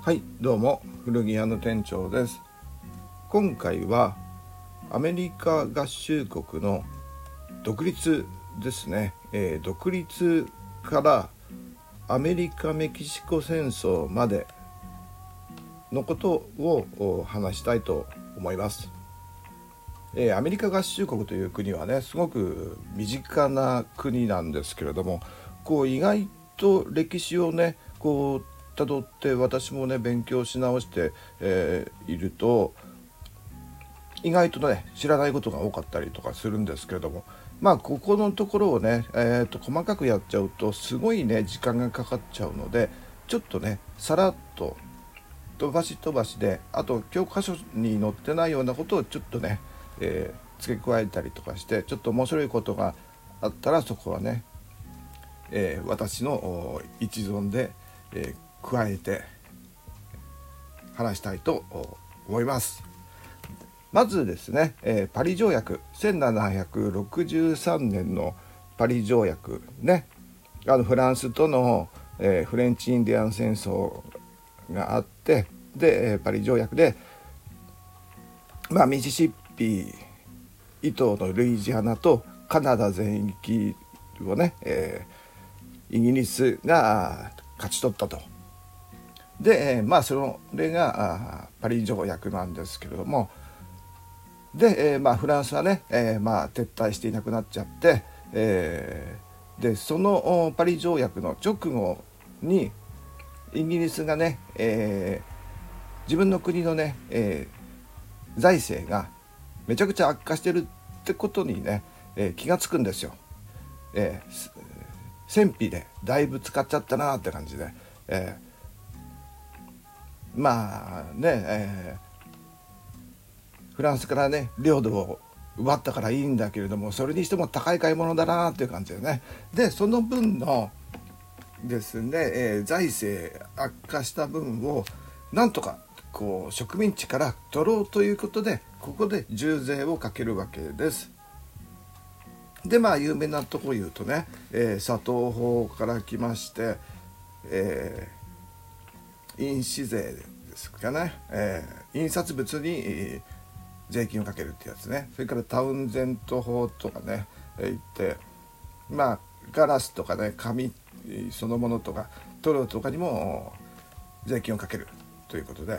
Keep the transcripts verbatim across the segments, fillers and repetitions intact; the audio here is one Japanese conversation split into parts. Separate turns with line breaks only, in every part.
はい、どうも古着屋の店長です。今回はアメリカ合衆国の独立ですね、えー、独立からアメリカ・メキシコ戦争までのことを話したいと思います。えー、アメリカ合衆国という国はね、すごく身近な国なんですけれども、こう意外と歴史をねこう辿って私もね勉強し直して、えー、いると意外とね知らないことが多かったりとかするんですけれども、まあここのところをね、えー、と細かくやっちゃうとすごいね時間がかかっちゃうので、ちょっとねさらっと飛ばし飛ばしで、あと教科書に載ってないようなことをちょっとね、えー、付け加えたりとかして、ちょっと面白いことがあったらそこはね、えー、私の一存で、えー、加えて話したいと思います。まずですね、えー、パリ条約、せんななひゃくろくじゅうさんねんのパリ条約ね、あのフランスとの、えー、フレンチ・インディアン戦争があって、でパリ条約で、まあ、ミシシッピ以東のルイジアナとカナダ全域をね、えー、イギリスが勝ち取ったと。でまあそれがパリ条約なんですけれども、で、えーまあ、フランスはね、えーまあ、撤退していなくなっちゃって、えー、でそのパリ条約の直後にイギリスがね、えー、自分の国のね、えー、財政がめちゃくちゃ悪化してるってことにね、えー、気がつくんですよ。えー、戦費でだいぶ使っちゃったなって感じで、えー、まあね、えー、フランスからね領土を奪ったからいいんだけれども、それにしても高い買い物だなっていう感じでね、でその分のですね、えー、財政悪化した分をなんとかこう植民地から取ろうということで、ここで重税をかけるわけです。でまあ有名なとこ言うとね、えー、砂糖法から来まして、えー、印紙税ですかね、えー、印刷物に、えー、税金をかけるってやつね。それからタウンゼント法とかね、えー、言ってまあガラスとかね紙そのものとか塗料とかにも税金をかけるということで、はい、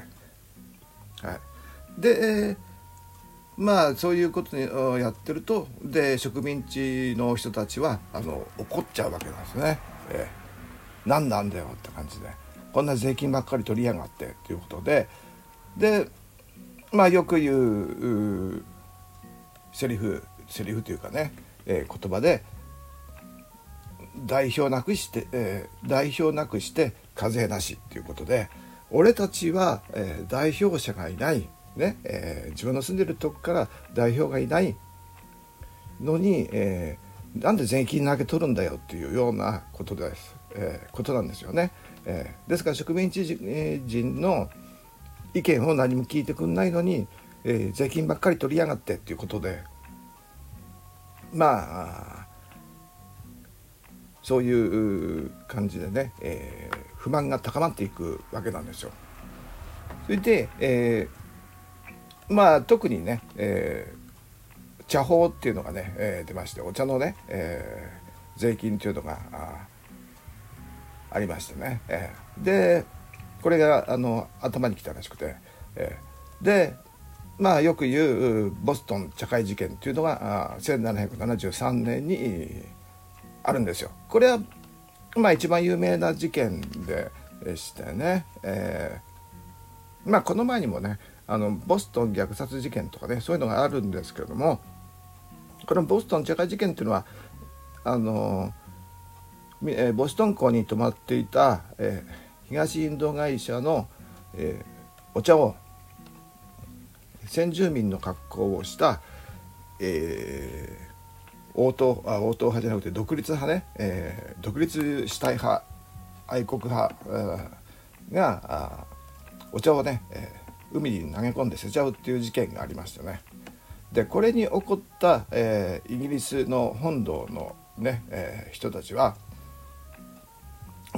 で、えー、まあそういうことをやってると、で植民地の人たちはあの怒っちゃうわけなんですね。えー、何なんだよって感じで、こんな税金ばっかり取りやがってということで、でまあよく言うセリフセリフというかね、えー、言葉で代表なくして、えー、代表なくして課税なしっていうことで、俺たちは、えー、代表者がいないね、えー、自分の住んでるとこから代表がいないのに、えー、なんで税金だけ取るんだよっていうようなことです、えー、ことなんですよね。えー、ですから植民地人の意見を何も聞いてくんないのに、えー、税金ばっかり取りやがってっていうことで、まあそういう感じでね、えー、不満が高まっていくわけなんですよ。それで、えー、まあ特にね、えー、茶法っていうのがね、えー、出まして、お茶のね、えー、税金っていうのが あ, ありましてね、えー、でこれがあの頭にきたらしくて、えー、でまあよく言うボストン茶会事件っていうのがせんななひゃくななじゅうさんねんにあるんですよ。これはまあ一番有名な事件でしてね、えー、まあこの前にもねあのボストン虐殺事件とかねそういうのがあるんですけれども、このボストン茶会事件っていうのはあの、えー、ボストン港に泊まっていた、えー、東インド会社の、えー、お茶を先住民の格好をした、えー応答あ応答派じゃなくて独立派ね、えー、独立主体派愛国派がお茶をね、えー、海に投げ込んで捨てちゃうっていう事件がありましたね。でこれに起こった、えー、イギリスの本土のね、えー、人たちは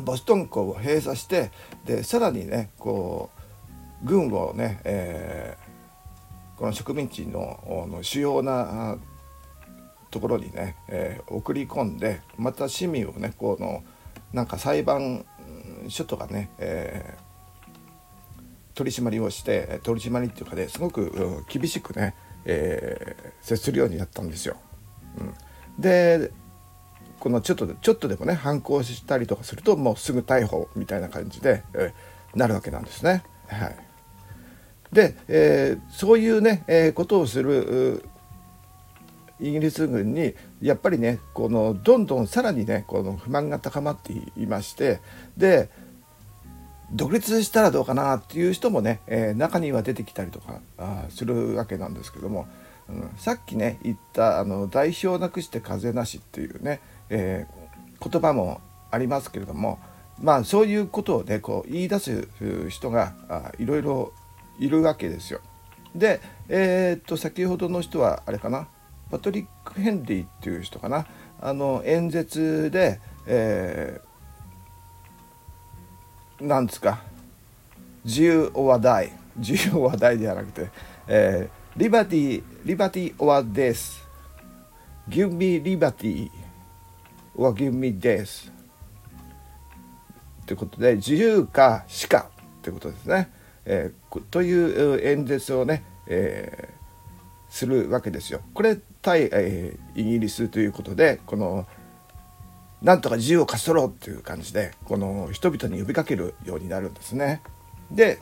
ボストン港を閉鎖して、でさらにねこう軍をね、えー、この植民地 の, の主要なところにね、えー、送り込んで、また市民をねこのなんか裁判所とかね、えー、取り締まりをして取り締まりっていうかねすごく厳しくね、えー、接するようになったんですよ。うん、でこのちょっとちょっとでもね反抗したりとかするともうすぐ逮捕みたいな感じで、えー、なるわけなんですね。はい、で、えー、そういうね、えー、ことをするイギリス軍にやっぱりねこのどんどんさらにねこの不満が高まっていまして、で独立したらどうかなっていう人もね、えー、中には出てきたりとかあするわけなんですけども、うん、さっきね言ったあの代表なくして風なしっていうね、えー、言葉もありますけれども、まあそういうことをねこう言い出す人があいろいろいるわけですよ。で、えー、っと先ほどの人はあれかな、パトリック・ヘンリーっていう人かな、あの演説で、えー、なんですか自由 or die 自由 or die ではなくて、えー、liberty liberty or death give me liberty or give me death ということで自由か死かということですね、えー、という演説をね、えー、するわけですよ。これ対、えー、イギリスということでこのなんとか自由を勝ち取ろうっていう感じでこの人々に呼びかけるようになるんですね。で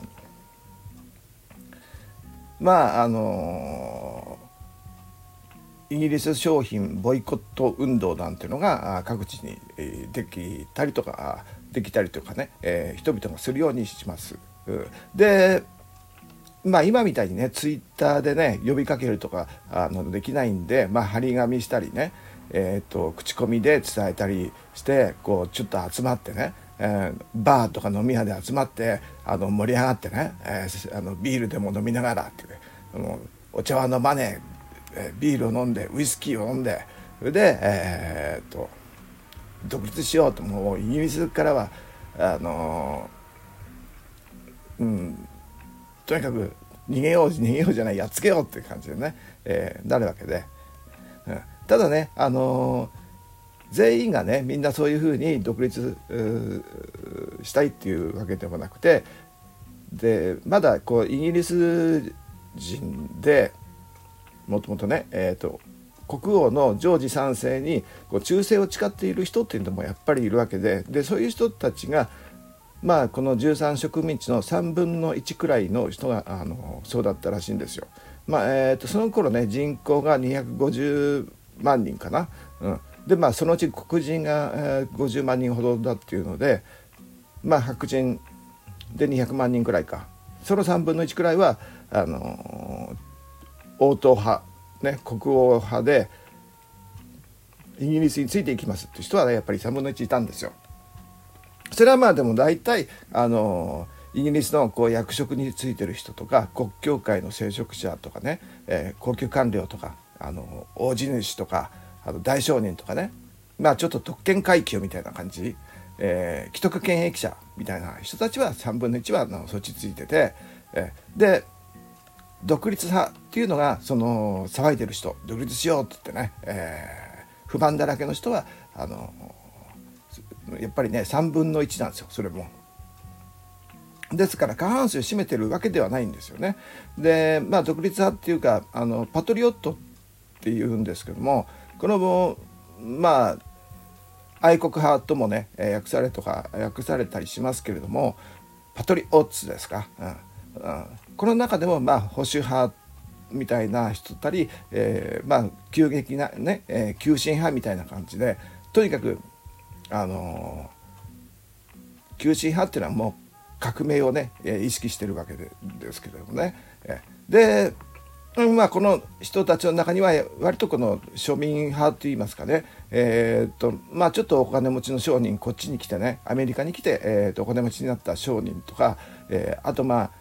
まああのー、イギリス商品ボイコット運動なんていうのが各地にできたりとかできたりとかね、えー、人々がするようにします。でまあ今みたいにねツイッターでね呼びかけるとかあのできないんで、まあ張り紙したりね、えー、と口コミで伝えたりしてこうちょっと集まってね、えー、バーとか飲み屋で集まってあの盛り上がってね、えー、あのビールでも飲みながらっていう、ね、あのお茶は飲まねえ、えー、ビールを飲んでウイスキーを飲んでそれで、えー、と独立しようと、もうイギリスからはあのー、うんとにかく逃げよう逃げようじゃないやっつけようっていう感じでね、えー、なるわけで、うん、ただね、あのー、全員がねみんなそういうふうに独立したいっていうわけでもなくて、でまだこうイギリス人でもともとね、えーと、国王のジョージさんせいにこう忠誠を誓っている人っていうのもやっぱりいるわけで、でそういう人たちがまあ、このじゅうさん植民地のさんぶんのいちくらいの人があのそうだったらしいんですよ。まあえー、とその頃ね人口がにひゃくごじゅうまんにんかな、うん、でまあそのうち黒人が、えー、ごじゅうまんにんほどだっていうので、まあ白人でにひゃくまんにんくらいか、そのさんぶんのいちくらいはあのー、王党派、ね、国王派でイギリスについていきますっていう人は、ね、やっぱりさんぶんのいちいたんですよ。それはまあでも大体あのイギリスのこう役職についてる人とか国教会の聖職者とかね、えー、高級官僚とかあの大地主とかあの大商人とかね、まあちょっと特権階級みたいな感じ、えー、既得権益者みたいな人たちはさんぶんのいちはのそっちついてて、えー、で独立派っていうのがその騒いでる人、独立しようって言ってね、えー、不満だらけの人はあのやっぱりねさんぶんのいちなんですよ。それもですから過半数占めてるわけではないんですよね。でまあ独立派っていうかあのパトリオットっていうんですけども、このもまあ愛国派ともね訳されとか訳されたりしますけれども、パトリオッツですか、うんうん、この中でもまあ保守派みたいな人たり、えー、まあ急激なね、えー、急進派みたいな感じで、とにかくあの急進派っていうのはもう革命をね意識してるわけでですけれどもね。で、まあ、この人たちの中には割とこの庶民派といいますかね、えーっとまあ、ちょっとお金持ちの商人こっちに来てねアメリカに来て、えー、っとお金持ちになった商人とか、えー、あとまあ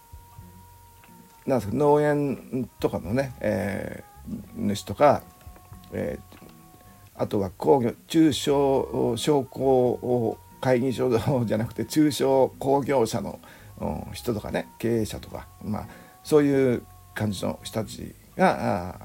なんですか農園とかのね、えー、主とか、えーあとは工業中小商工会議所じゃなくて中小工業者の人とかね、経営者とか、まあ、そういう感じの人たちが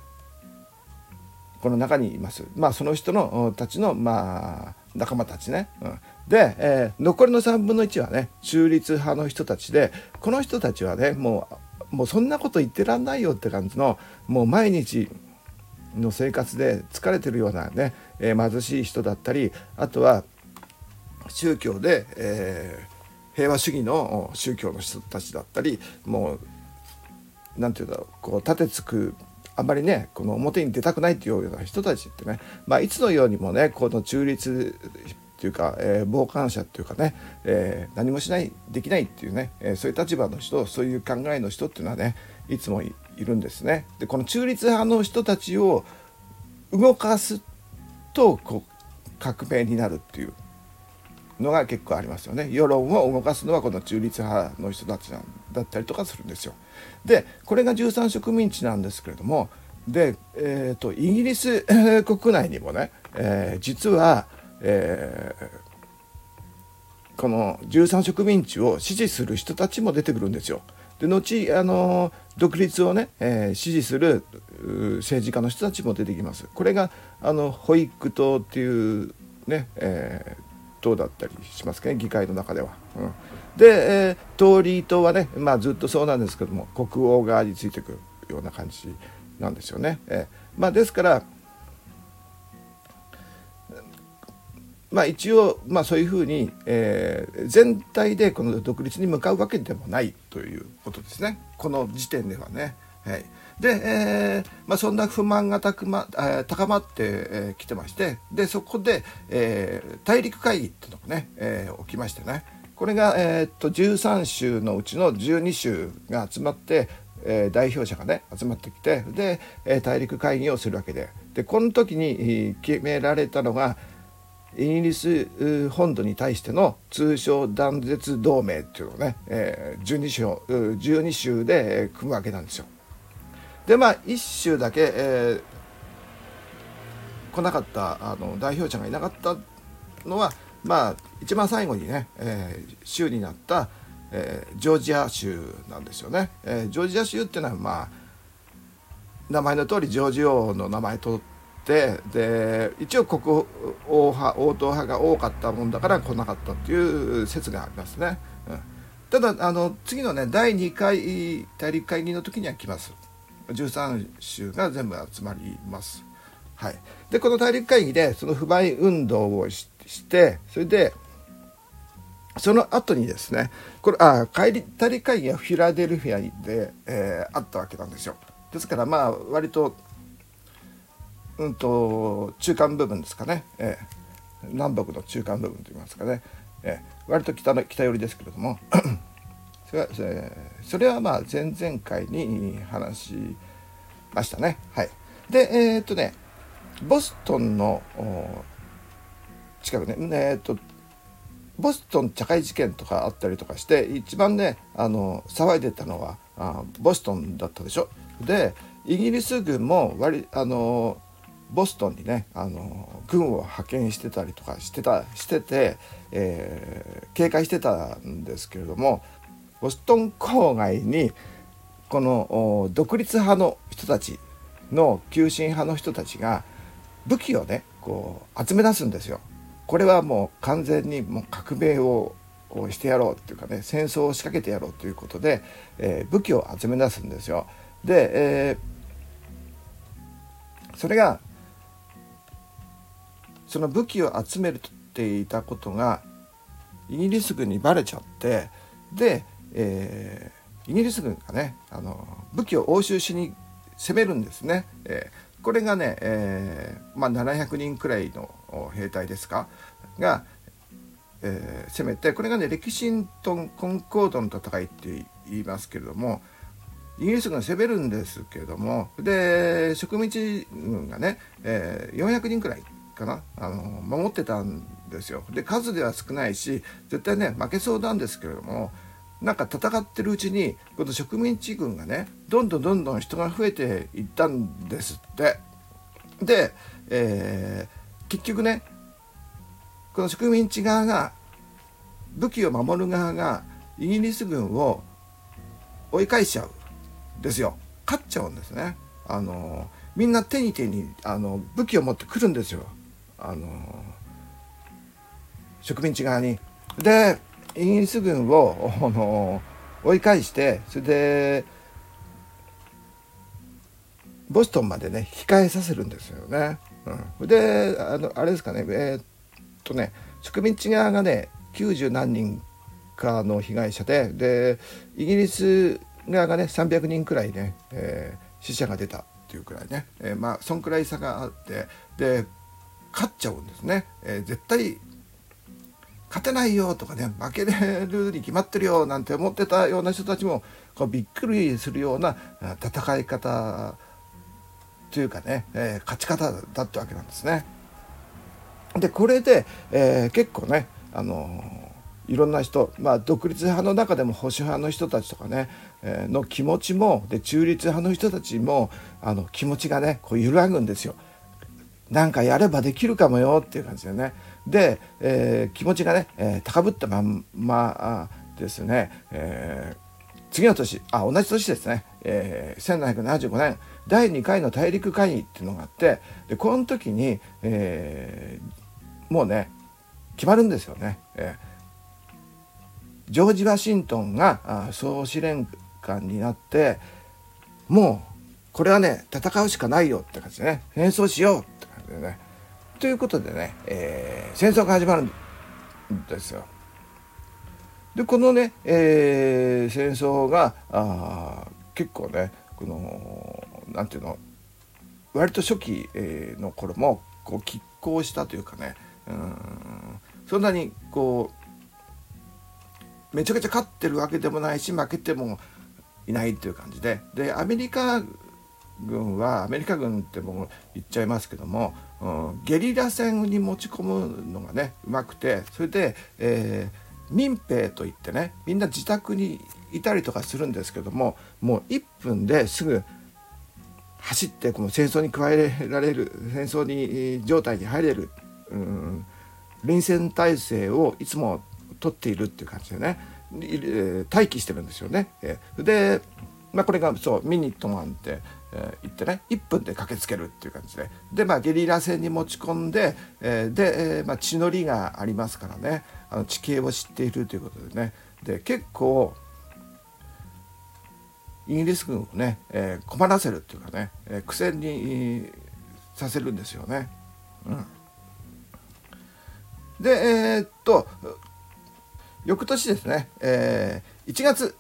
この中にいます。まあその人のたちのまあ仲間たちね、うん、で、えー、残りのさんぶんのいちはね中立派の人たちで、この人たちはねもうもうそんなこと言ってらんないよって感じの、もう毎日の生活で疲れてるようなね、えー、貧しい人だったり、あとは宗教で、えー、平和主義の宗教の人たちだったり、もうなんていうんだろう、こう立てつくあんまりねこの表に出たくないっていうような人たちってね、まあ、いつのようにもねこの中立っていうか、えー、傍観者っていうかね、えー、何もしないできないっていうね、えー、そういう立場の人、そういう考えの人っていうのはねいつも い, いるんですね。でこの中立派の人たちを動かすとこう革命になるっていうのが結構ありますよね。世論を動かすのはこの中立派の人たちだったりとかするんですよ。でこれがじゅうさん植民地なんですけれども、で、えー、とイギリス国内にもね、えー、実は、えー、このじゅうさん植民地を支持する人たちも出てくるんですよ。で後あの独立をね、えー、支持する政治家の人たちも出てきます。これがあのホイッグ党っていうね、えー党だったりしますかね、議会の中では、うん、で、えー、トーリー党はね、まあ、ずっとそうなんですけども国王側についていくような感じなんですよね、えーまあ、ですからまあ一応、まあ、そういうふうに、えー、全体でこの独立に向かうわけでもないということですね、この時点ではね。はい、で、えーまあ、そんな不満が高ま、えー、高まってき、えー、てまして、でそこで、えー、大陸会議っていうのがね、えー、起きましてね、これが、えー、っとじゅうさん州のうちのじゅうに州が集まって、えー、代表者がね集まってきて、で、えー、大陸会議をするわけで、でこの時に決められたのがイギリス本土に対しての通商断絶同盟っていうのをね、えー、じゅうに州、じゅうに州で組むわけなんですよ。でまあいち州だけ、えー、来なかったあの代表者がいなかったのは、まあ一番最後にね、えー、州になった、えー、ジョージア州なんですよね。えー、ジョージア州っていうのはまあ名前の通りジョージ王の名前とってで、一応国王派王党派が多かったもんだから来なかったっていう説がありますね。うん、ただあの次のねだいにかい大陸会議の時には来ます。じゅうさん州が全部集まります。はい、でこの大陸会議でその不買運動を し, してそれでその後にですね、これあ大陸会議はフィラデルフィアで、えー、あったわけなんですよ。ですからまあ割とうんと中間部分ですかね、えー、南北の中間部分といいますかね、えー、割と 北, の北寄りですけれどもそれは、えー、それはまあ前々回に話しましたね。はい、でえー、っとねボストンの近くね、えー、っとボストン茶会事件とかあったりとかして一番ねあの騒いでたのはあボストンだったでしょ。でイギリス軍も割あのボストンにねあの軍を派遣してたりとかしてたしてて、えー、警戒してたんですけれども、ボストン郊外にこの独立派の人たちの急進派の人たちが武器をねこう集め出すんですよ。これはもう完全にもう革命をしてやろうっていうかね、戦争を仕掛けてやろうということで、えー、武器を集め出すんですよ。で、えー、それがその武器を集めていたことがイギリス軍にバレちゃって、で、えー、イギリス軍がねあの武器を押収しに攻めるんですね。えー、これがね、えーまあ、ななひゃくにんくらいの兵隊ですかが、えー、攻めて、これがねレキシントン・コンコードの戦いって言いますけれども、イギリス軍が攻めるんですけれども、で植民地軍がね、えー、よんひゃくにんくらいかなあの守ってたんですよ。で数では少ないし絶対ね負けそうなんですけれども、なんか戦ってるうちにこの植民地軍がねどんどんどんどん人が増えていったんですって。で、えー、結局ねこの植民地側が武器を守る側がイギリス軍を追い返しちゃうんですよ。勝っちゃうんですね。あのみんな手に手にあの武器を持ってくるんですよ、あの植民地側に。でイギリス軍をあの追い返して、それでボストンまでね控えさせるんですよね。うん、で あのあれですかね、えー、っとね植民地側がねきゅうじゅう何人かの被害者で、でイギリス側がねさんびゃくにんくらいね、えー、死者が出たっていうくらいね、えー、まあそんくらい差があって、で勝っちゃうんですね。えー、絶対勝てないよとかね、負けれるに決まってるよなんて思ってたような人たちもこうびっくりするような戦い方というかね、えー、勝ち方だったわけなんですね。でこれで、えー、結構ね、あのー、いろんな人、まあ、独立派の中でも保守派の人たちとかね、えー、の気持ちもで中立派の人たちもあの気持ちがねこう揺らぐんですよ。なんかやればできるかもよっていう感じでね。で、えー、気持ちがね、えー、高ぶったまんまですね、えー、次の年あ同じ年ですね、えー、せんななひゃくななじゅうごねんだいにかいの大陸会議っていうのがあって、でこの時に、えー、もうね決まるんですよね。えー、ジョージ・ワシントンが総司令官になって、もうこれはね戦うしかないよって感じでね、戦争しようって感じでね、ということでね、えー、戦争が始まるんですよ。でこのね、えー、戦争があ結構ねこのなんていうの割と初期の頃もこう拮抗したというかね、うーんそんなにこうめちゃくちゃ勝ってるわけでもないし負けてもいないっていう感じで、でアメリカ軍はアメリカ軍ってもう言っちゃいますけども、うん、ゲリラ戦に持ち込むのがねうまくて、それで、えー、民兵といってねみんな自宅にいたりとかするんですけども、もういっぷんですぐ走ってこの戦争に加えられる、戦争に状態に入れる、うん、臨戦態勢をいつも取っているっていう感じでね、待機してるんですよね。で、まあ、これがそうミニットマンって言ってねいっぷんで駆けつけるっていう感じで、で、まあ、ゲリラ戦に持ち込んで、で、まあ、地の利がありますからね、あの地形を知っているということでね、で結構イギリス軍をね、えー、困らせるっていうかね、えー、苦戦にさせるんですよね。うん、でえー、っと翌年ですね、えー、いちがつ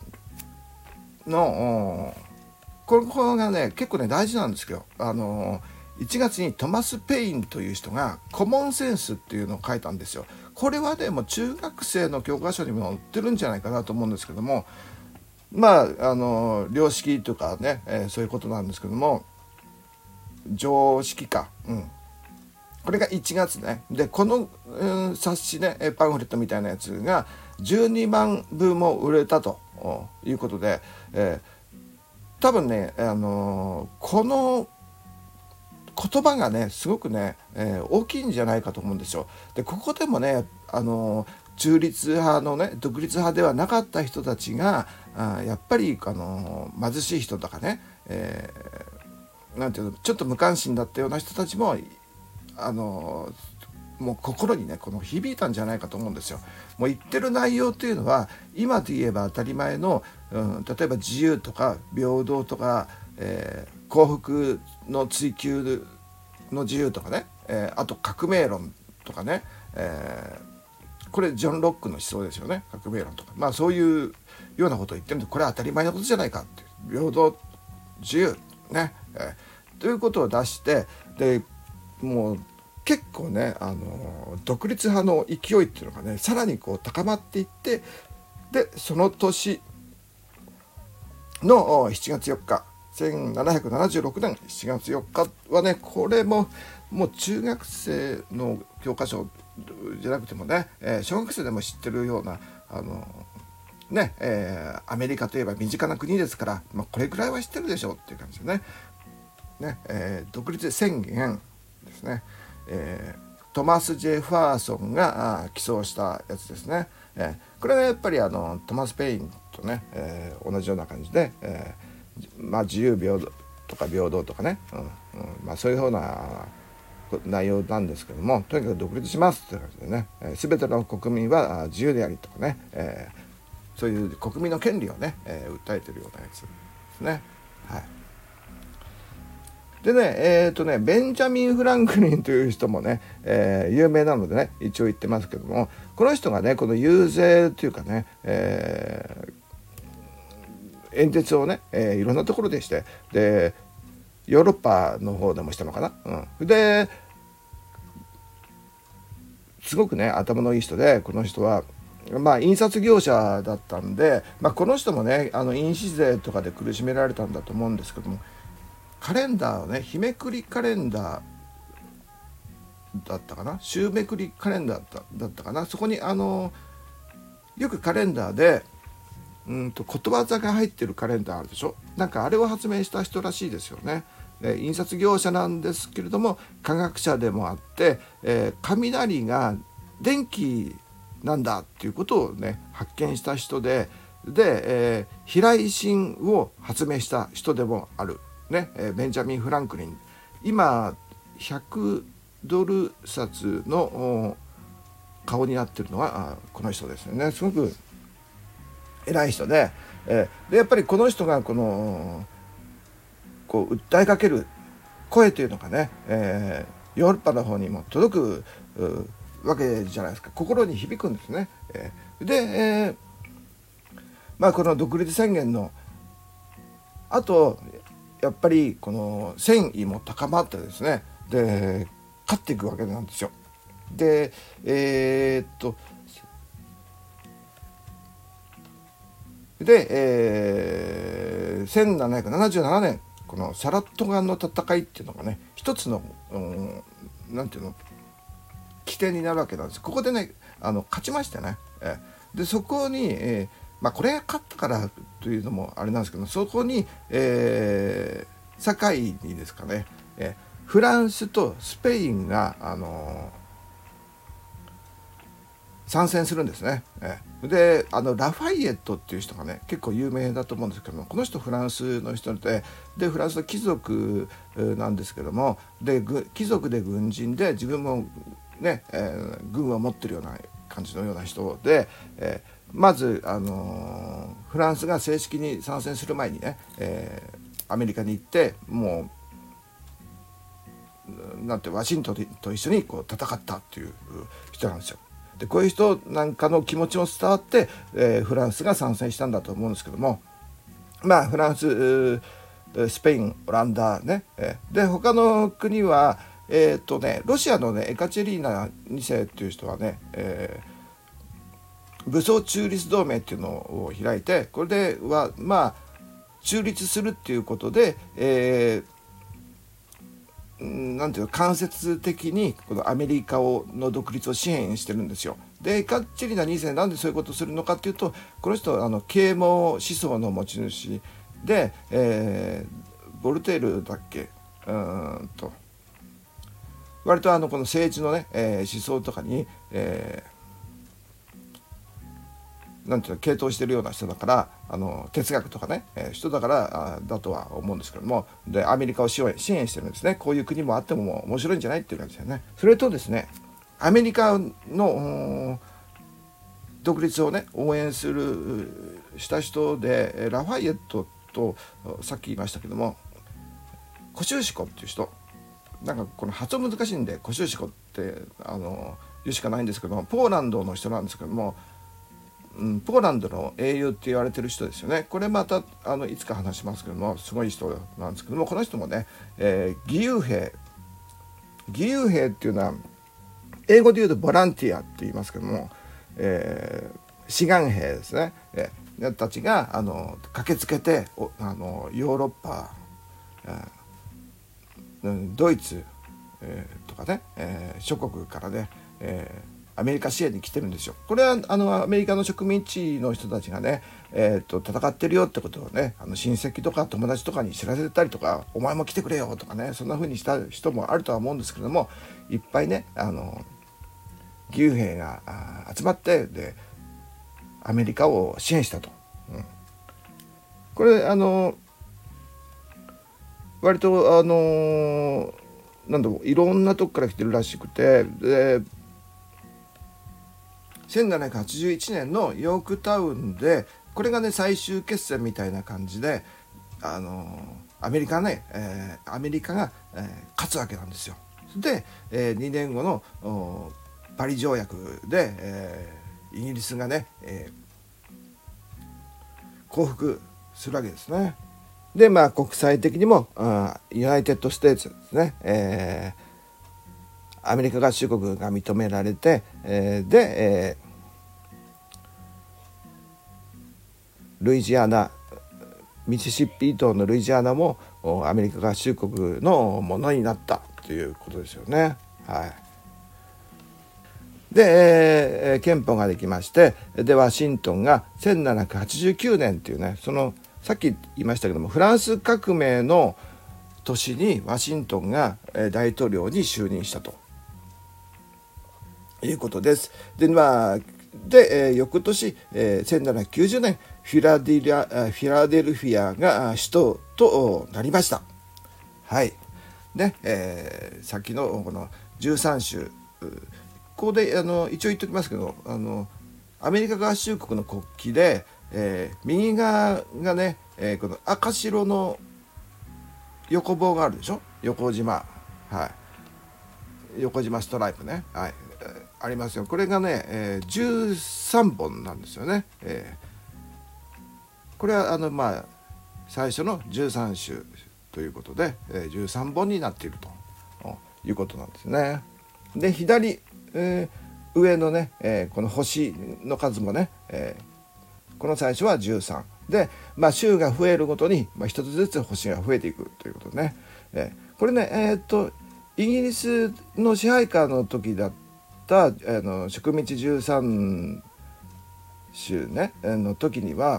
のここがね結構ね大事なんですよ。あのいちがつにトマス・ペインという人がコモンセンスっていうのを書いたんですよ。これはねもう中学生の教科書にも載ってるんじゃないかなと思うんですけども、まああの良識とかね、えー、そういうことなんですけども、常識か、うん、これがいちがつね。でこの、うん、冊子ねパンフレットみたいなやつがじゅうにまんぶも売れたということで、えー、多分ね、あのー、この言葉がねすごくね、えー、大きいんじゃないかと思うんですよ。でここでもね、あのー、中立派のね独立派ではなかった人たちがあやっぱり、あのー、貧しい人とかね、えー、なんていうのちょっと無関心だったような人たちも、あのー、もう心にねこの響いたんじゃないかと思うんですよ。もう言ってる内容というのは今で言えば当たり前の、うん、例えば自由とか平等とか、えー、幸福の追求の自由とかね、えー、あと革命論とかね、えー、これジョン・ロックの思想ですよね。革命論とか、まあそういうようなことを言ってるんで、これは当たり前のことじゃないかっていう、平等自由ね、えー、ということを出して、でもう結構ね、あの独立派の勢いっていうのがねさらにこう高まっていって、でその年のしちがつよっかせんななひゃくななじゅうろくねんしちがつよっかはね、これももう中学生の教科書じゃなくてもね、えー、小学生でも知ってるような、あのねえー、アメリカといえば身近な国ですから、まあ、これぐらいは知ってるでしょうっていう感じでね、ね、えー、独立宣言ですね、えー、 トマス・ジェファーソンが起草したやつですね。えー、これがやっぱりあのトマス・ペインとね、えー、同じような感じで、えーまあ、自由平等とか平等とかね、うんうんまあ、そういうような内容なんですけども、とにかく独立しますという感じでね、えー、全ての国民は自由でありとかね、えー、そういう国民の権利をね、えー、訴えているようなやつですね。はい。でね、えーとね、ベンジャミン・フランクリンという人もね、えー、有名なのでね、一応言ってますけども、この人がね、この遊説というかね、えー、演説をね、えー、いろんなところでして、で、ヨーロッパの方でもしたのかな。うん、で、すごくね、頭のいい人で、この人は、まあ、印刷業者だったんで、まあ、この人もね、あの印紙税とかで苦しめられたんだと思うんですけども、カレンダーをね、日めくりカレンダーだったかな、週めくりカレンダーだっただったかな、そこにあのよくカレンダーでうんとことわざが入ってるカレンダーあるでしょ。なんかあれを発明した人らしいですよね。で印刷業者なんですけれども科学者でもあって、えー、雷が電気なんだっていうことをね発見した人で、で、えー、飛来神を発明した人でもあるね、えー、ベンジャミン・フランクリン。今ひゃくドル札の顔になってるのはこの人ですよね。すごく偉い人で、えー、でやっぱりこの人がこのこう訴えかける声というのがね、えー、ヨーロッパの方にも届くわけじゃないですか。心に響くんですね。えー、で、えーまあ、この独立宣言のあとやっぱりこの戦意も高まってですね、で勝っていくわけなんですよ。でえー、っとで、えー、せんななひゃくななじゅうななねんこのサラットガンの戦いっていうのがね一つの、うん、なんていうの起点になるわけなんです。ここでねあの勝ちましてね、えー、でそこに、えーまあ、これが勝ったからというのもあれなんですけど、そこに、えー、堺にですかね、えー、フランスとスペインが、あのー、参戦するんですね。えー、であのラファイエットっていう人がね結構有名だと思うんですけども、この人フランスの人で、でフランスの貴族なんですけども、で貴族で軍人で自分もね、えー、軍を持ってるような感じのような人で、えーまず、あのー、フランスが正式に参戦する前にね、えー、アメリカに行ってもうなんてワシントンと一緒にこう戦ったっていう人なんですよ。でこういう人なんかの気持ちも伝わって、えー、フランスが参戦したんだと思うんですけども、まあフランス、スペイン、オランダね、えー、で他の国はえー、っとねロシアのねエカチェリーナにせいっていう人はね、えー武装中立同盟っていうのを開いて、これではまあ中立するっていうことで、えー、なんていうの間接的にこのアメリカをの独立を支援してるんですよ。でエカチェリナにせいなんでそういうことをするのかっていうと、この人はあの啓蒙思想の持ち主で、えー、ボルテールだっけうーんと割とあのこの政治のね、えー、思想とかに、えーなんていうの傾倒してるような人だから、あの哲学とかね、えー、人だからだとは思うんですけども、でアメリカを支援してるんですね。こういう国もあっても面白いんじゃないっていう感じですよね。それとですねアメリカの独立をね応援するした人でラファイエットとさっき言いましたけどもコシューシコっていう人、なんかこの発音難しいんでコシューシコってあの言うしかないんですけども、ポーランドの人なんですけども、ポーランドの英雄って言われてる人ですよね。これまたあのいつか話しますけどもすごい人なんですけども、この人もね、えー、義勇兵義勇兵っていうのは英語で言うとボランティアって言いますけども、えー、志願兵ですね、えー、たちがあの駆けつけてあのヨーロッパ、えー、ドイツ、えー、とかね、えー、諸国からね、えーアメリカ支援に来てるんですよ。これはあのアメリカの植民地の人たちがね、えー、と戦ってるよってことをね、あの親戚とか友達とかに知らせたりとか、お前も来てくれよとかね、そんな風にした人もあるとは思うんですけれども、いっぱいねあの義勇兵が集まってでアメリカを支援したと、うん、これあの割とあのなんだろう、いろんなとこから来てるらしくて、でせんななひゃくはちじゅういちねんのヨークタウンでこれがね最終決戦みたいな感じで、あのアメリカね、えー、アメリカが、えー、勝つわけなんですよ。で、えー、にねんごのパリ条約で、えー、イギリスがね、えー、降伏するわけですね。でまあ国際的にもユナイテッド・ステーツですね、えー、アメリカ合衆国が認められて、えー、で、えー、ルイジアナミシシッピ島のルイジアナもアメリカ合衆国のものになったということですよね。はい。で、えー、憲法ができまして、でワシントンがせんななひゃくはちじゅうきゅうねんっていうね、そのさっき言いましたけどもフランス革命の年にワシントンが大統領に就任したということです。でまあで、えー、翌年、えー、せんななひゃくきゅうじゅうねんフィラデルフィラデルフィアが首都となりました。はい。で、えー、さっきのこのじゅうさん州、ここであの一応言っておきますけど、あのアメリカ合衆国の国旗で、えー、右側がね、えー、この赤白の横棒があるでしょ、横縞、はい、横縞ストライプね、はい、えー、ありますよ。これがね、えー、じゅうさんぼんなんですよね。えー、これはあのまあ最初のじゅうさん州ということで、えー、じゅうさんぼんになっているということなんですね。で左、えー、上のね、えー、この星の数もね、えーこの最初はじゅうさんで、まあ、州が増えるごとに、まあ、一つずつ星が増えていくということね。えー、これね、えー、っとイギリスの支配下の時だったあの植民地じゅうさん州ねの時には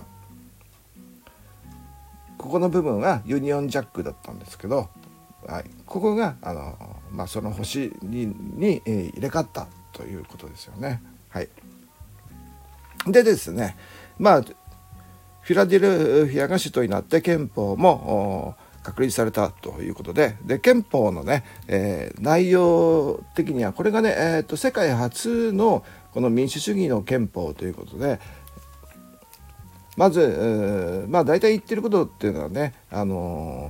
ここの部分はユニオンジャックだったんですけど、はい、ここがあの、まあ、その星に、に、えー、入れ替わったということですよね。はい、でですね、まあフィラデルフィアが首都になって憲法も確立されたということで、で憲法のね、えー、内容的にはこれがね、えー、と世界初のこの民主主義の憲法ということで、まず、まあ大体言ってることっていうのはね、あの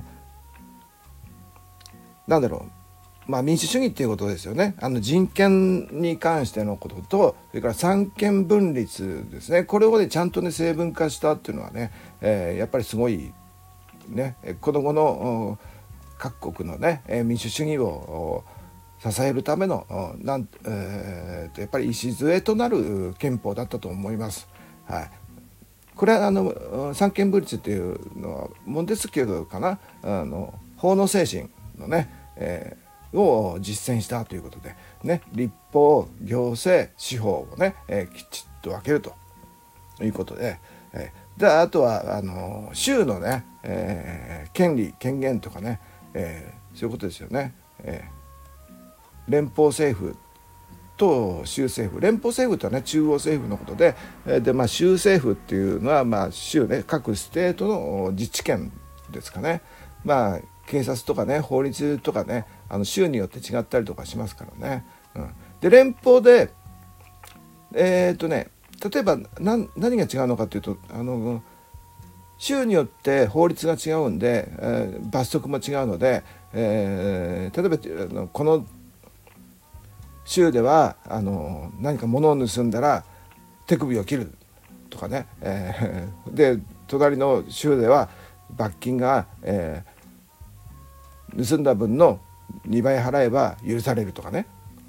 ー、なんだろう、まあ、民主主義っていうことですよね。あの人権に関してのことと、それから三権分立ですね。これをねちゃんとね成文化したっていうのはね、えー、やっぱりすごいね、この後の各国のね民主主義を支えるためのなん、えー、やっぱり礎となる憲法だったと思います。はい。これはあの三権分立っていうのはモンテスキューかな、あの法の精神のね、えーを実践したということで、ね、立法、行政、司法をね、えー、きちっと分けるということで、えー、であとはあの州のね、えー、権利権限とかね、えー、そういうことですよね。えー、連邦政府と州政府、連邦政府とはね中央政府のことで、でまあ州政府っていうのはまあ州ね各ステートの自治権ですかね。まあ警察とかね法律とかねあの州によって違ったりとかしますからね。うん、で連邦でえー、っとね例えば何何が違うのかというと、あの州によって法律が違うんで、えー、罰則も違うので、えー、例えばこの州ではあの何か物を盗んだら手首を切るとかね、えー、で隣の州では罰金が、えー盗んだ分のにばい払えば許されるとかね、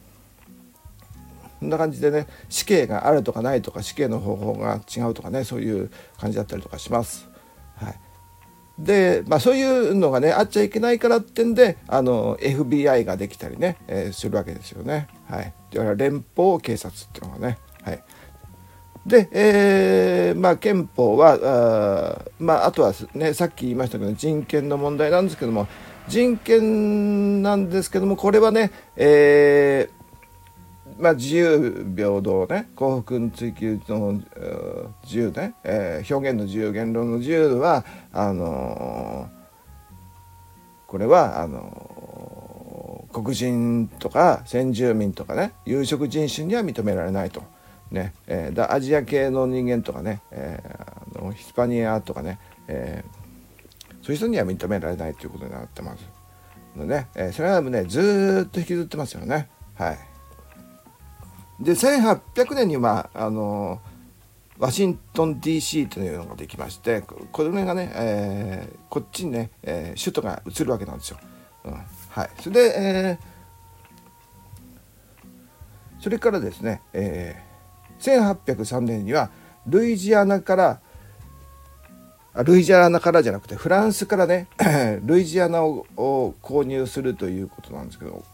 そんな感じでね死刑があるとかないとか死刑の方法が違うとかね、そういう感じだったりとかします。はい、 で、まあ、そういうのがねあっちゃいけないからってんであの エフビーアイ ができたりね、えー、するわけですよね。はい、だから連邦警察っていうのがね、はい、で、えーまあ、憲法は あ,、まあ、あとは、ね、さっき言いましたけど人権の問題なんですけども、人権なんですけどもこれはね、えーまあ、自由平等ね、幸福追求の自由ね、えー、表現の自由、言論の自由はあのー、これはあのー、黒人とか先住民とかね有色人種には認められないとね、えー、だアジア系の人間とかね、えー、あのヒスパニアとかね、えー、そういう人には認められないということになってますので、ねえー、それはねずっと引きずってますよね。はい。でせんはっぴゃくねんにはあのワシントン ディーシー というのができまして、これがね、えー、こっちにね、えー、首都が移るわけなんですよ。うん、はい。それで、えー、それからですね、えー、せんはっぴゃくさんねんにはルイジアナからルイジアナからじゃなくてフランスからねルイジアナを購入するということなんですけど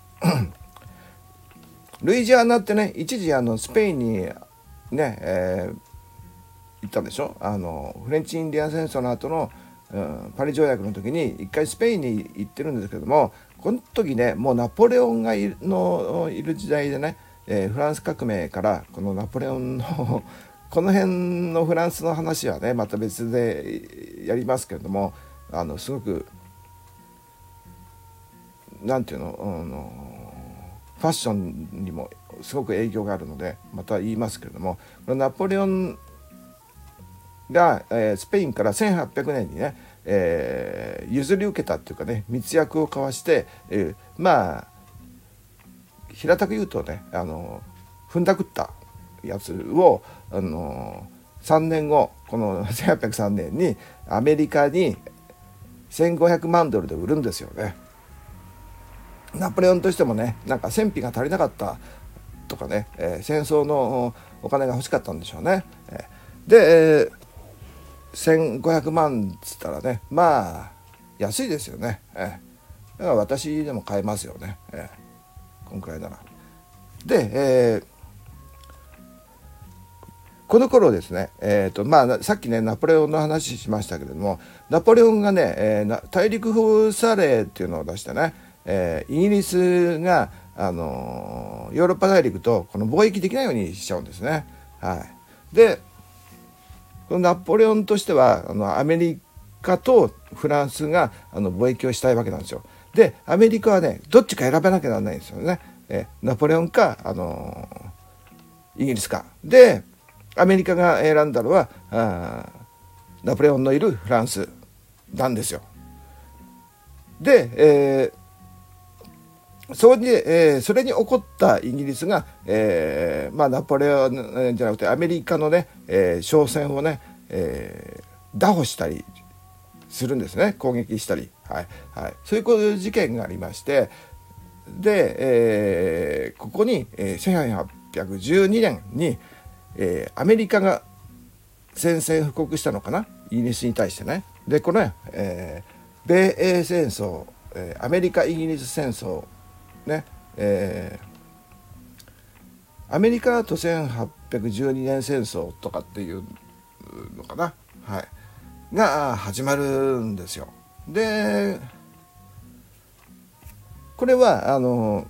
ルイジアナってね一時あのスペインにね、えー、行ったんでしょ。あのフレンチ・インディアン戦争の後の、うん、パリ条約の時に一回スペインに行ってるんですけども、この時ねもうナポレオンがいるのいる時代でね、えー、フランス革命からこのナポレオンのこの辺のフランスの話はねまた別でやりますけれども、あのすごくなんていうの、あのファッションにもすごく影響があるのでまた言いますけれども、ナポレオンが、えー、スペインからせんはっぴゃくねんにね、えー、譲り受けたっていうかね密約を交わして、えー、まあ平たく言うとねあの踏んだくったやつをあのさんねんごこのせんはっぴゃくさんねんにアメリカにせんごひゃくまんドルで売るんですよね。ナポレオンとしてもねなんか戦費が足りなかったとかね、えー、戦争のお金が欲しかったんでしょうね。えー、で、えー、せんごひゃくまんっつったらねまあ安いですよね。えー、だから私でも買えますよね。えー、こんくらいなら。で、えーこの頃ですね、えーとまあ、さっきねナポレオンの話しましたけれども、ナポレオンがね、えー、大陸封鎖令っていうのを出してね、えー、イギリスが、あのー、ヨーロッパ大陸とこの貿易できないようにしちゃうんですね。はい、でこのナポレオンとしてはあのアメリカとフランスがあの貿易をしたいわけなんですよ。でアメリカはねどっちか選ばなきゃならないんですよね。えー、ナポレオンか、あのー、イギリスかでアメリカが選んだのはあナポレオンのいるフランスなんですよ。で、えー、それに、えー、それに起こったイギリスが、えーまあ、ナポレオンじゃなくてアメリカのね、えー、商船をね、えー、拿捕したりするんですね。攻撃したり、はいはい、そういう事件がありまして、で、えー、ここに、えー、せんはっぴゃくじゅうにねんにえー、アメリカが宣戦布告したのかな、イギリスに対してね。でこの、えー、米英戦争、えー、アメリカイギリス戦争ね、えー、アメリカだとせんはっぴゃくじゅうにねん戦争とかっていうのかな、はい、が始まるんですよ。でこれはあの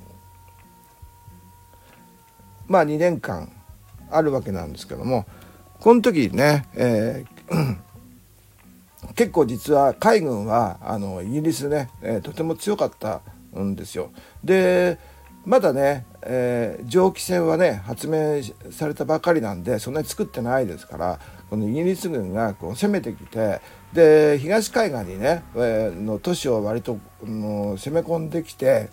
まあにねんかんあるわけなんですけども、この時ね、えー、結構実は海軍はあのイギリスね、えー、とても強かったんですよ。でまだね、えー、蒸気船はね発明されたばかりなんでそんなに作ってないですから、このイギリス軍がこう攻めてきて、で東海岸にね、えー、の都市を割との攻め込んできて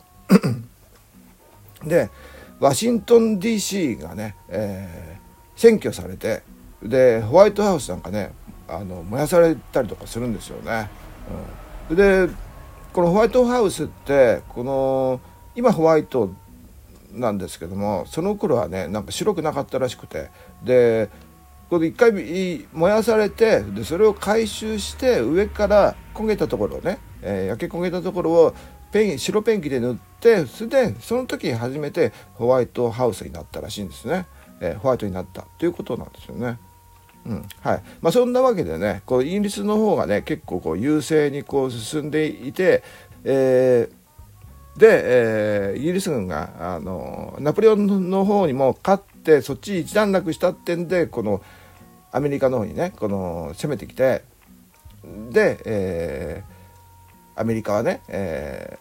でワシントン ディーシー がね、えー、占拠されて、でホワイトハウスなんかねあの燃やされたりとかするんですよね。うん、でこのホワイトハウスってこの今ホワイトなんですけども、その頃はねなんか白くなかったらしくて、でこれ一回燃やされて、でそれを回収して上から焦げたところをね、えー、焼け焦げたところをペン白ペンキで塗って、それでその時に初めてホワイトハウスになったらしいんですね、えー、ホワイトになったということなんですよね。うんはいまあ、そんなわけでね、こうイギリスの方がね結構こう優勢にこう進んでいて、えー、で、えー、イギリス軍があのナポレオンの方にも勝って、そっちに一段落したってんで、このアメリカの方にねこの攻めてきて、で、えー、アメリカはね、え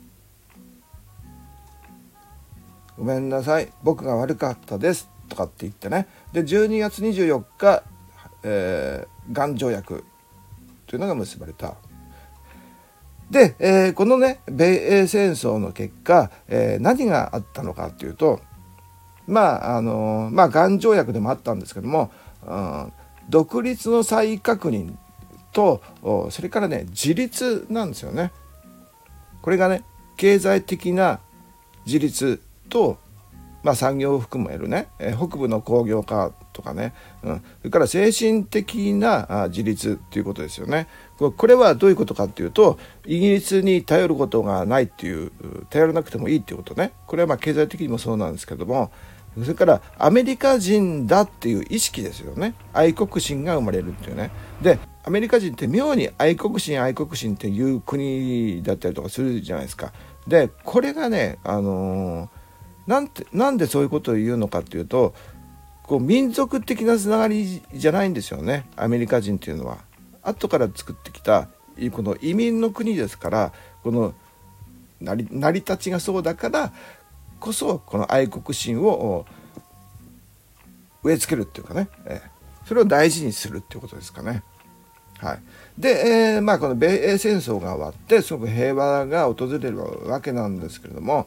ー、ごめんなさい僕が悪かったですとかって言ってね、でじゅうにがつにじゅうよっか、えー、ガン条約というのが結ばれた。で、えー、このね米英戦争の結果、えー、何があったのかというと、まああのまあガン条約でもあったんですけども、うん、独立の再確認と、それからね自立なんですよね。これがね経済的な自立と、まあ、産業を含めるね、えー、北部の工業化とかね、うん、それから精神的なあ自立っていうことですよね。これはどういうことかっていうと、イギリスに頼ることがないっていう、頼らなくてもいいっていうことね。これはまあ経済的にもそうなんですけども、それからアメリカ人だっていう意識ですよね。愛国心が生まれるっていうね。でアメリカ人って妙に愛国心愛国心っていう国だったりとかするじゃないですか。でこれがね、あのー、なんてなんでそういうことを言うのかっていうと、こう民族的なつながりじゃないんですよね、アメリカ人っていうのは。後から作ってきたこの移民の国ですから、この成り、成り立ちがそうだからこそ、この愛国心を植え付けるっていうかね、えー、それを大事にするっていうことですかね。はい、で、えーまあ、この米英戦争が終わってすごく平和が訪れるわけなんですけれども、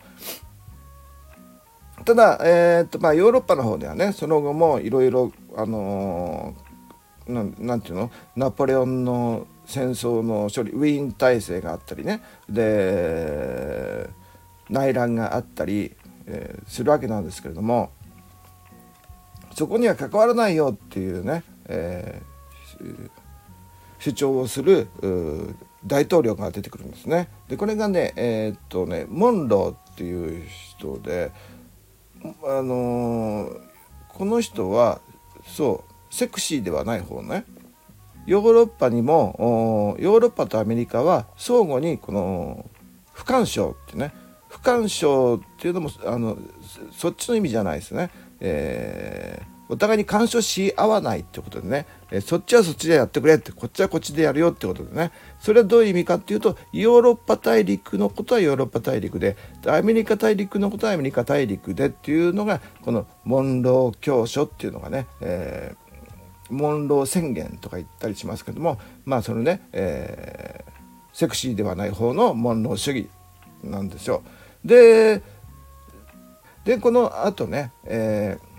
ただ、えーとまあ、ヨーロッパの方ではねその後もいろいろあのー、な, なんていうのナポレオンの戦争の処理、ウィーン体制があったりね、で内乱があったり、えー、するわけなんですけれども、そこには関わらないよっていうね、えー、主張をする大統領が出てくるんですね。でこれがねえー、っとねモンローっていう人で、あのー、この人はそうセクシーではない方ね。ヨーロッパにもヨーロッパとアメリカは相互にこの不干渉ってね、不干渉っていうのもあのそっちの意味じゃないですね、えー、お互いに干渉し合わないってことでね、えー、そっちはそっちでやってくれって、こっちはこっちでやるよってことでね、それはどういう意味かっていうと、ヨーロッパ大陸のことはヨーロッパ大陸で、アメリカ大陸のことはアメリカ大陸でっていうのがこのモンロー教書っていうのがね、えーモンロー宣言とか言ったりしますけども、まあそのね、えー、セクシーではない方のモンロー主義なんですよ。で、でこの後ね、えー、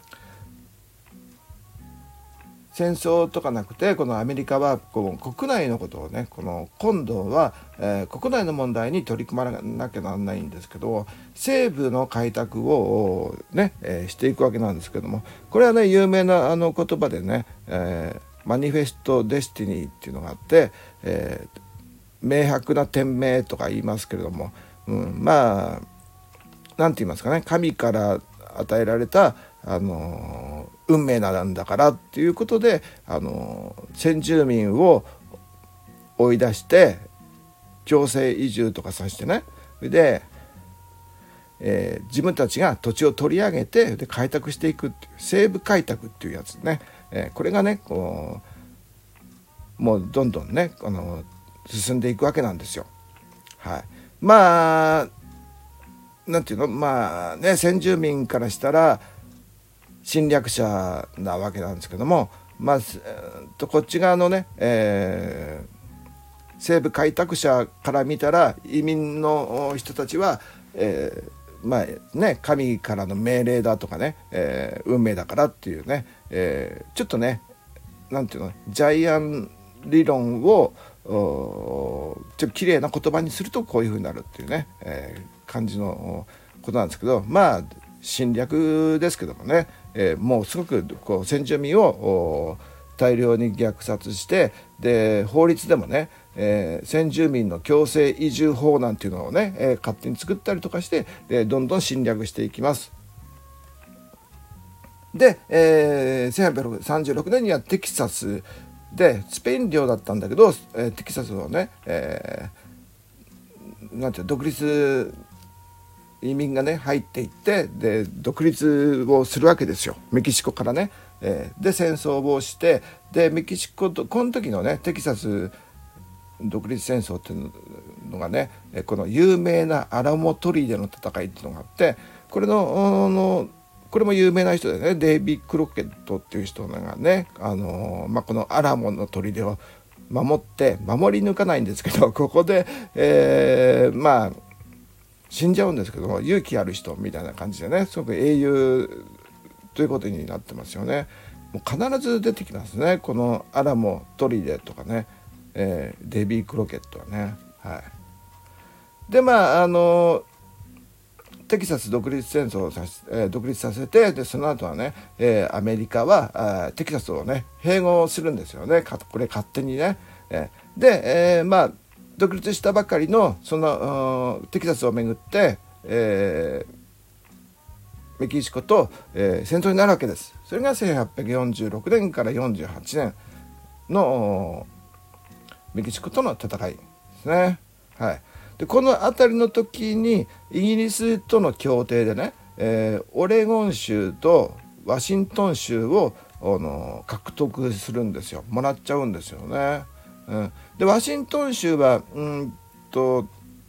戦争とかなくて、このアメリカはこう国内のことをね、この今度は、えー、国内の問題に取り組まなきゃならないんですけど、西部の開拓をね、えー、していくわけなんですけども、これはね有名なあの言葉でね、えー、マニフェスト・デスティニーっていうのがあって、えー、明白な天命とか言いますけれども、うん、まあなんて言いますかね、神から与えられたあのー、運命なんだからっていうことで、あのー、先住民を追い出して強制移住とかさせてね、で、えー、自分たちが土地を取り上げてで開拓していくっていう西部開拓っていうやつね、えー、これがねこうもうどんどんねあの進んでいくわけなんですよ。はい、まあなんていうの、まあね先住民からしたら侵略者なわけなんですけども、まあ、えー、とこっち側のね、えー、西部開拓者から見たら移民の人たちは、えー、まあね神からの命令だとかね、えー、運命だからっていうね、えー、ちょっとねなんていうのジャイアン理論をちょっと綺麗な言葉にするとこういう風になるっていうね、えー、感じのことなんですけど、まあ侵略ですけどもね、 えー、もうすごくこう先住民を大量に虐殺して、で法律でもね、えー、先住民の強制移住法なんていうのをね、えー、勝手に作ったりとかして、でどんどん侵略していきます。で、えー、せんはっぴゃくさんじゅうろくねんにはテキサスでスペイン領だったんだけど、えー、テキサスをね、えー、なんていう独立移民がね入っていって、で独立をするわけですよ、メキシコからね。えー、で戦争をして、でメキシコとこの時のねテキサス独立戦争っていうのがね、この有名なアラモ砦の戦いっていうのがあって、これののこれも有名な人でね、デイビー・クロケットっていう人がね、あのーまあ、このアラモの砦を守って守り抜かないんですけど、ここで、えー、まあ死んじゃうんですけども、勇気ある人みたいな感じでね、すごく英雄ということになってますよね。もう必ず出てきますね、このアラモ砦とかね、えー、デイビー・クロケットはね。はい、でまああのテキサス独立戦争をさし、えー、独立させて、でその後はね、えー、アメリカはあテキサスをね併合するんですよね、これ勝手にね。えー、で、えー、まあ独立したばかりのそのテキサスをめぐって、えー、メキシコと、えー、戦争になるわけです。それがせんはっぴゃくよんじゅうろくねんからよんじゅうはちねんのメキシコとの戦いですね。はい、でこの辺りの時にイギリスとの協定でね、えー、オレゴン州とワシントン州をあの獲得するんですよ、もらっちゃうんですよね。うん、でワシントン州はうんと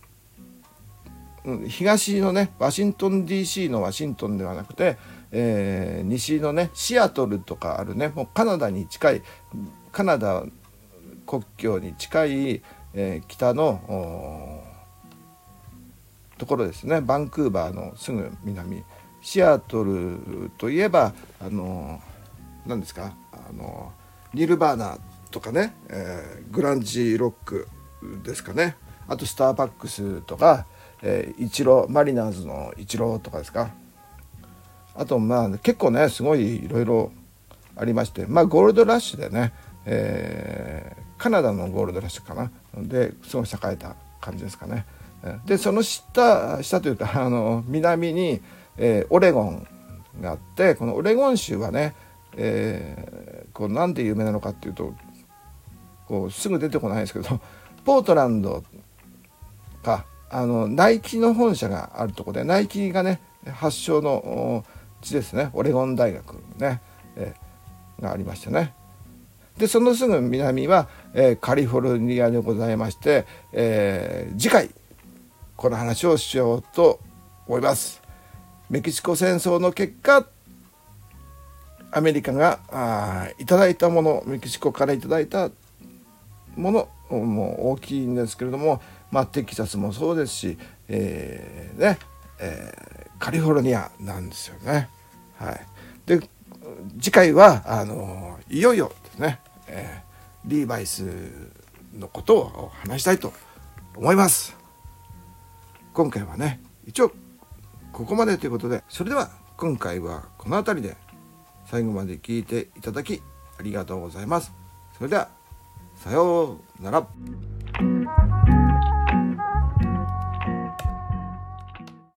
東のねワシントン ディーシー のワシントンではなくて、えー、西のねシアトルとかあるね、もうカナダに近い、カナダ国境に近い、えー、北のところですね、バンクーバーのすぐ南、シアトルといえばあの何ですか、あのニルバーナとかね、えー、グランジロックですかね、あとスターバックスとか、えー、イチローマリナーズのイチローとかですか、あとまあ結構ねすごいいろいろありまして、まあゴールドラッシュでね、えー、カナダのゴールドラッシュかなですごい栄えた感じですかね。でその下下というかあの南に、えー、オレゴンがあって、このオレゴン州はね、えー、こうなんで有名なのかっていうとこうすぐ出てこないんですけど、ポートランドかあのナイキの本社があるところで、ナイキがね発祥の地ですね、オレゴン大学ね、えー、がありましてね。でそのすぐ南は、えー、カリフォルニアでございまして、えー、次回この話をしようと思います。メキシコ戦争の結果、アメリカがあいただいたもの、メキシコからいただいたものも大きいんですけれども、まあ、テキサスもそうですし、えーねえー、カリフォルニアなんですよね。はい、で次回はあのいよいよですね、えー、リーバイスのことを話したいと思います。今回はね一応ここまでということで、それでは今回はこの辺りで最後まで聞いていただきありがとうございます。それではさようなら。